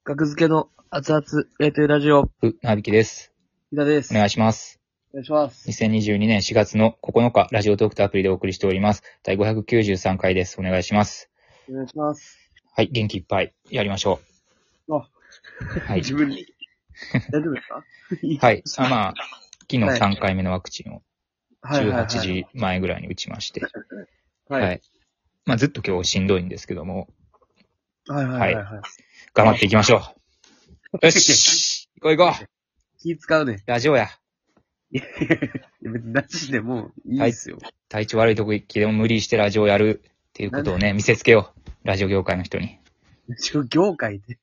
学付けの熱々冷凍ラジオ、 なびきです。 ひだです。 お願いします。 お願いします。 2022年4月の9日、ラジオトークとアプリでお送りしております。第593回です。お願いします。 お願いします。 はい、元気いっぱいやりましょあ、 う。はい。 自分に。大丈夫ですかはい。昨日3回目のワクチンをはいはいはい。 18時前ぐらいに打ちまして。 はい。はいずっと今日しんどいんですけども、 はいはいはい。 頑張っていきましょう。よし行こう行こう気使うね。 ラジオや。 いや別になしでもいいですよ。 体調悪い時でも無理してラジオやるっていうことをね、見せつけよう。ラジオ業界の人に。 ラジオ業界で。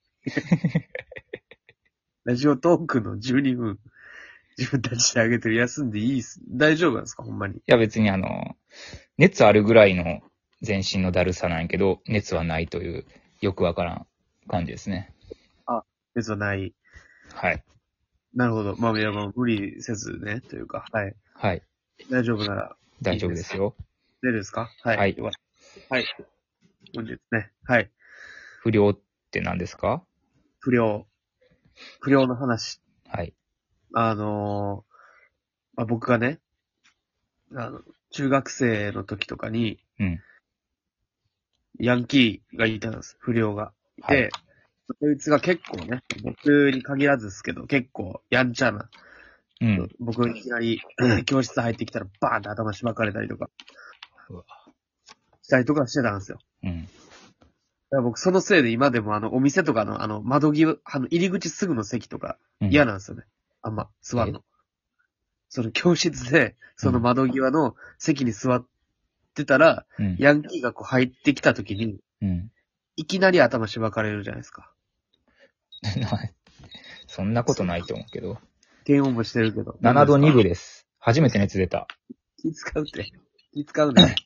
ラジオトークの12分、自分たちであげてる休んでいいっす。大丈夫なんですかほんまに。 いや別に熱あるぐらいの全身のだるさなんやけど、熱はないという、よくわからん感じですね。 別はない。 はい。 なるほど。まあ、いや、まあ、無理せずね、というか、はい。 はい。 大丈夫なら。 大丈夫ですよ。 大丈夫ですかはい。 はいよかったはい。本日ね。はい。 不良って何ですか？ 不良。不良の話。 はい。 僕がね、中学生の時とかに、 うん。 ヤンキーがいたんです。不良が。 はい。 で、そいつが結構ね、僕に限らずですけど、結構やんちゃな。 うん。 僕いきなり教室入ってきたらバーンって頭しばかれたりとかうわしたりとかしてたんですよ。 うん。 だから僕そのせいで今でもお店とかの窓際、入り口すぐの席とかうん。 嫌なんですよね。あんま座るの。その教室で、その窓際の席に座ってたら、 うん。 ヤンキーがこう入ってきた時に、 うん。 いきなり頭しばかれるじゃないですか。 そんなことないと思うけど。 検温もしてるけど。 7度2分です。初めて熱出た。 気使うって。気使うね。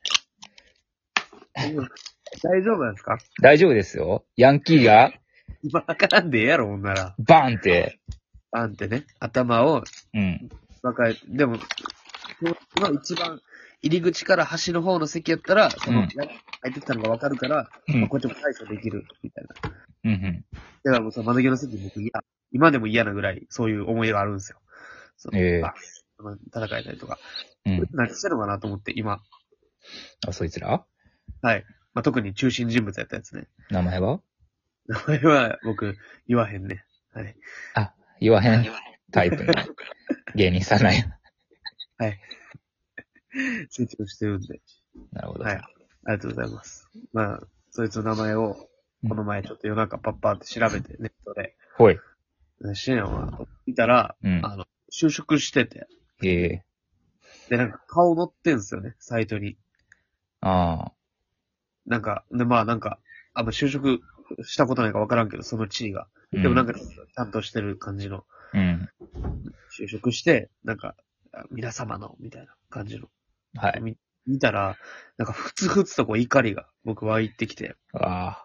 大丈夫なんですか大丈夫ですよ。ヤンキーが、 今からんでええやろ、ほんなら。 バーンって、 あんってね、頭をうん。 ばかれて、でも、今一番入り口から端の方の席やったら、 うん入ってきたのがわかるから、 うん。 こっちも対処できる、みたいな。 うん。 だからもうその窓際の席僕嫌。今でも嫌なぐらい、そういう思いがあるんですよ。その戦えたりとか。 うん。 何してるのかなと思って、今。 あ、そいつらはい。まあ、特に中心人物やったやつね。 名前は名前は僕、言わへんね。はい。 あ、言わへんタイプの芸人さんなんや。 はい。成長してるんで。 なるほど。 はい。ありがとうございます。まあ、そいつの名前を、この前ちょっと夜中パッパーって調べて、ネットで。 ほい。 シネマを見たら、 うん就職してて。 へえ。 で、なんか顔載ってんすよね、サイトに。 ああ。 なんか、で、まあなんか、就職したことないかわからんけど、その地位が。 うんでもなんか、担当してる感じの。 うん。 就職して、なんか、皆様の、みたいな感じの。 はい。 見たら、なんか、ふつふつとこう怒りが僕湧いてきて、 ああ。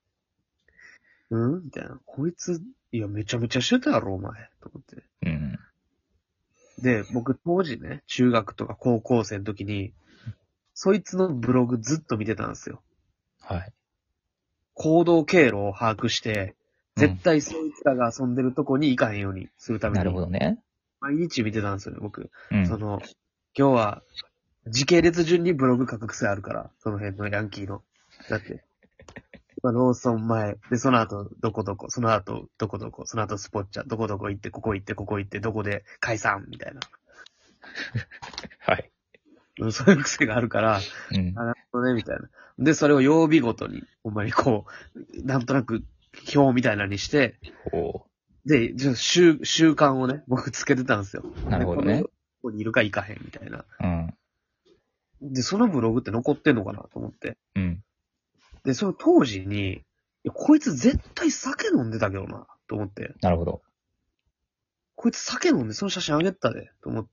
みたいな。こいつ、いや、めちゃめちゃしてたやろ、お前。と思って。 うん。 で、僕当時ね、中学とか高校生の時に、そいつのブログずっと見てたんですよ。 はい。 行動経路を把握して、絶対そいつらが遊んでるとこに行かへんようにするためなるに、 ほどね。 毎日見てたんですよね、僕。 うん。 今日は、時系列順にブログ書く癖あるから、その辺のヤンキーの。だって、ローソン前、で、その後、どこどこ、その後、どこどこ、その後スポッチャ、どこどこ行って、ここ行って、ここ行って、どこで解散、みたいな。 はい。 そういう癖があるから、 うん。 なるほどね、みたいな。で、それを曜日ごとに、ほんまにこう、なんとなく表みたいなのにして、 ほで、習慣をね、僕つけてたんですよ。 う。なるほどね。 でここにいるか行かへんみたいな。 うん。 で、そのブログって残ってんのかなと思って。 うん。 で、その当時に、いやこいつ絶対酒飲んでたけどな、と思って。 なるほど。 こいつ酒飲んでその写真あげたで、と思って。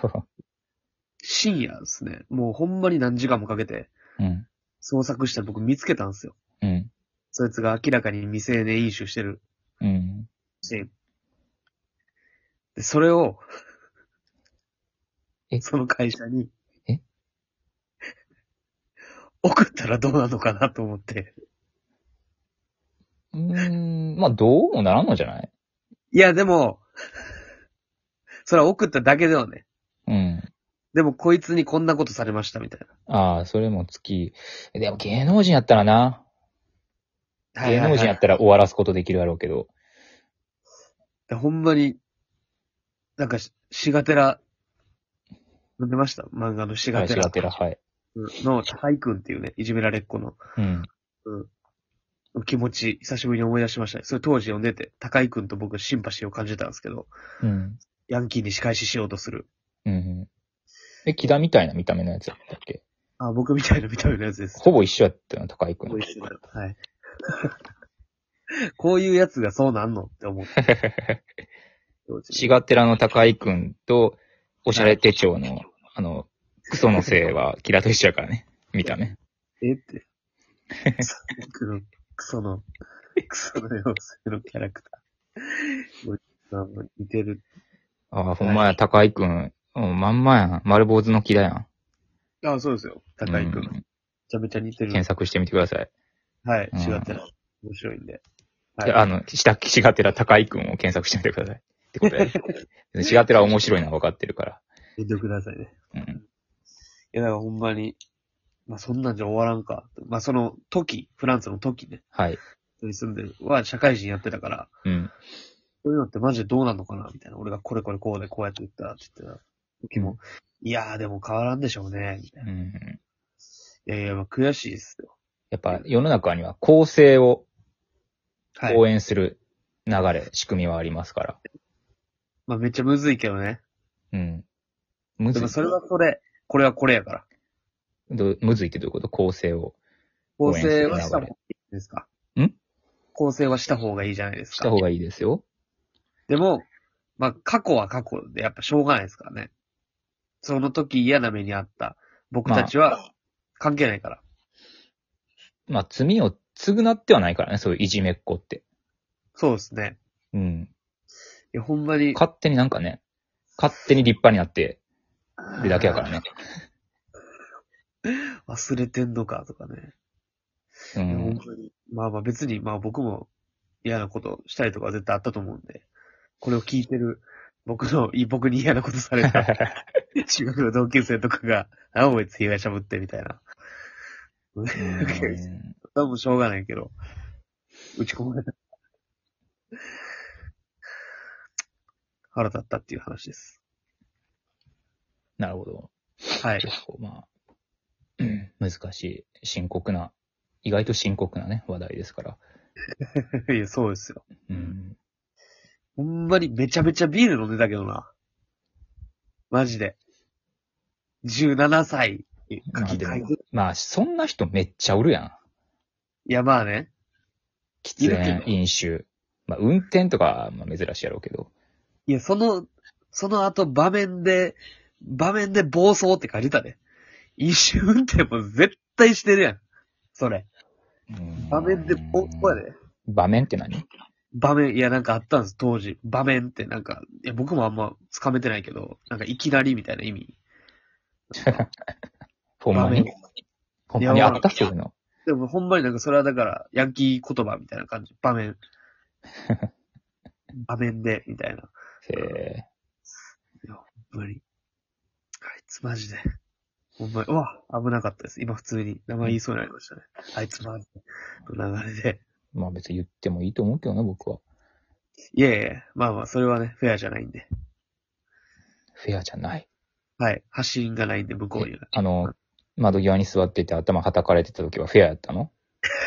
深夜ですね。もうほんまに何時間もかけてうん。 捜索して僕見つけたんですよ。 うん。 そいつが明らかに未成年飲酒してるうん。 シーン。で、それを、 えその会社に、 え送ったらどうなのかなと思って。 まあ、どうもならんのじゃない？ いや、でも、それは送っただけではね。 うん。 でもこいつにこんなことされましたみたいああ、それもでも芸能人やったらな。 な。 芸能人やったら終わらすことできるやろうけど。 ほんまに、なんかしがてら、読んでました漫画のしはい、 がてら。 しがてら、はい。 の高井くんっていうね、いじめられっ子の、 うん。 気持ち、久しぶりに思い出しましたね。それ当時読んでて、高井くんと僕シンパシーを感じたんですけど、 うん。 ヤンキーに仕返ししようとする。 うん。木田みたいな見た目のやつだったっけ？ あ、僕みたいな見た目のやつです。 ほぼ一緒やったよ、高井くん。 はい。こういうやつがそうなんのって思って。 しがてらの高井くんと、おしゃれ手帳の、クソのせいは、キラと一緒やからね。見た目。 えって。クソの妖精のキャラクター。似てる。 ああ、ほんまや、高井くん。まんまやん。丸坊主の木だやん。 あ、そうですよ。高井くん。 うんめちゃめちゃ似てる。 検索してみてください。 はい。 うん違ってない。面白いんで。 でしがてら高井くんを検索してみてください。ってことや。しがてら面白いのは分かってるから。 見てくださいね。 うん。 いや、だからほんまに、まあそんなんじゃ終わらんか。まあその時、フランスの時ね、 はい。 に住んでるは社会人やってたから、 うん。 そういうのってマジでどうなんのかなみたいな。俺がこれこれこうでこうやって言ったらって言ったら、時も、いやーでも変わらんでしょうね、みたいな。いうん。 やいや、まあ悔しいですよ。 やっぱ世の中には公正をはい。 応援する流れ、仕組みはありますから。 まあめっちゃむずいけどね。 うん。むずい。 でもそれはそれ、これはこれやから。 むずいってどういうこと？公正を。 構成はした方がいいですか？ ん構成はした方がいいじゃないですか。 した方がいいですよ。 でも、まあ過去は過去でやっぱしょうがないですからね。その時嫌な目にあった僕たちは関係ないから。 まあ、罪を償ってはないからね、そういういじめっ子って。 そうですね。 うん。 いや、ほんまに。 勝手になんかね、勝手に立派になってるだけやからね。 忘れてんのかとかね。 ういや、ほんん。 まに。まあまあ別に、まあ僕も嫌なことしたりとかは絶対あったと思うんで、これを聞いてる僕に嫌なことされた中学の同級生とかが、あ、おいつ被害者ぶってみたいな。多分しょうがないけど、打ち込まれた。腹立ったっていう話です。 なるほど。 はい。 結構まあ、難しい、意外と深刻なね、話題ですから。 いや、そうですよ。 うん。 ほんまにめちゃめちゃビール飲んでたけどな。マジで。17歳。 まあでも書いて、 まあ、そんな人めっちゃおるやん。 いや、まあね。 喫煙、飲酒。まあ、運転とかはまあ珍しいやろうけど。 いや、その後場面で暴走って書いてたね。飲酒運転も絶対してるやん。それ。場面で暴走やで。 場面って何？ 場面、いや、なんかあったんです、当時。場面ってなんか、いや、僕もあんまつかめてないけど、なんかいきなりみたいな意味。 ほんまに？ほんまにあったそういうの。 でもほんまになんかそれはだから、ヤンキー言葉みたいな感じ。場面。場面で、みたいな。 へいや、ほんまに。あいつマジで。ほんまに、うわ、危なかったです。今普通に名前言いそうになりましたね。あいつマジで。の流れで。 まあ別に言ってもいいと思うけどな、僕は。 いやいや、まあまあ、それはね、フェアじゃないんで。 フェアじゃない。 はい。発信がないんで、向こうには。 窓際に座ってて頭叩かれてた時はフェアやったの？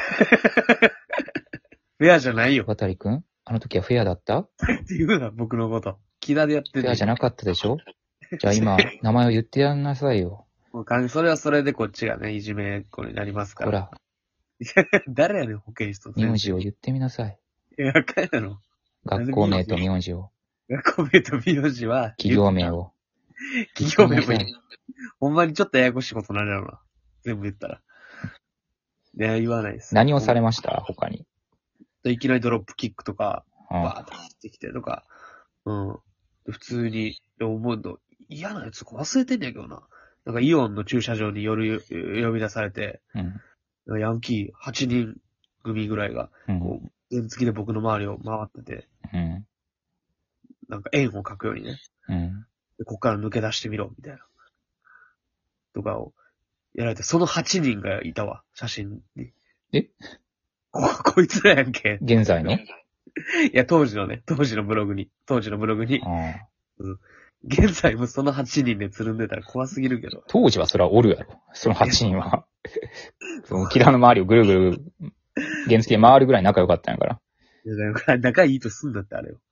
フェアじゃないよ。 渡りくんあの時はフェアだった？ って言うな、僕のこと。気だでやってんフェアじゃななかったでしょ？じゃあ今、名前を言ってやんなさいよ。 もうそれはそれでこっちがね、いじめっ子になりますから。 ほら、 誰やねん、保健室の先生。 名字を言ってみなさい。 いや、あかんやろ。 学校名と名字を。 学校名と名字は。 企業名を。 企業名もいい。ほんまにちょっとややこしいことになるやろな。全部言ったら。いや、言わないです。 何をされました他に。 いきなりドロップキックとか、 うんバーって走ってきてとか、うん。普通に、思うの、嫌なやつ忘れてんねやけどな。なんかイオンの駐車場に夜呼び出されて、 うん。 ヤンキー8人組ぐらいが、 うん。 こう、 原付で僕の周りを回ってて、 うん。 なんか円を描くようにね。 うん。 でこっから抜け出してみろ、みたいな。とかをやられて、その8人がいたわ、写真に。 えこいつらやんけ。 現在のいや、当時のブログに。 ああ。 現在もその8人でつるんでたら怖すぎるけど。 当時はそれはおるやろ。その8人は。その、キラの周りをぐるぐる、原付で回るぐらい仲良かったんやから。 いやだから仲いいとすんだってあれよ。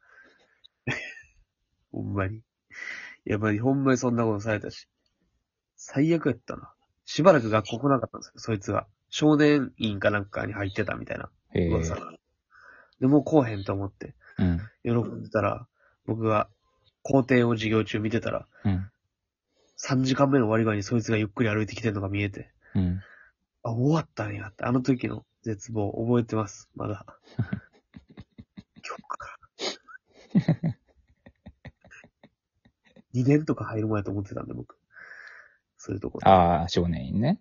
ほんまに。やっぱりほんまにそんなことされたし。最悪やったな。しばらく学校来なかったんですよ、そいつが。少年院かなんかに入ってたみたいなへえ。 噂が。で、もう来おへんと思って、 うん。 喜んでたら、僕が校庭を授業中見てたら、 うん。 3時間目の終わりぐらいにそいつがゆっくり歩いてきてるのが見えて、 うん。 あ、終わったんやって、あの時の絶望覚えてます、まだ。今日から。2年とか入る前と思ってたんで、僕。そういうところ。 ああ、少年院ね。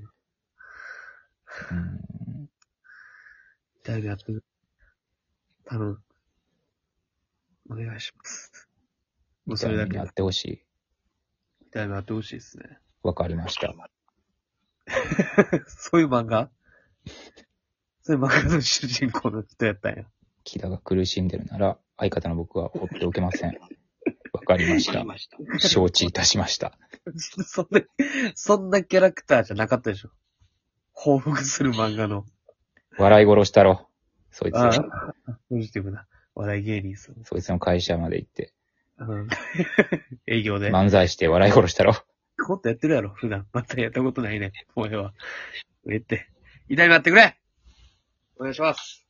うん。 だいぶやってる。頼む。お願いします。もうそれだけやってほしい。 だいぶやってほしいですね。 わかりました。 そういう漫画そういう漫画の主人公の人やったんや。 木田が苦しんでるなら、相方の僕は放っておけません。わかりました。承知いたしました。 そんなキャラクターじゃなかったでしょ。報復する漫画の。 笑い殺したろ。そいつ。 ああ、ポジティブな笑い芸人さん。 そいつの会社まで行って、 営業で。 漫才して笑い殺したろ。 コントやってるやろ、普段。またやったことないね。お前は。言って。痛い目あってくれお願いします。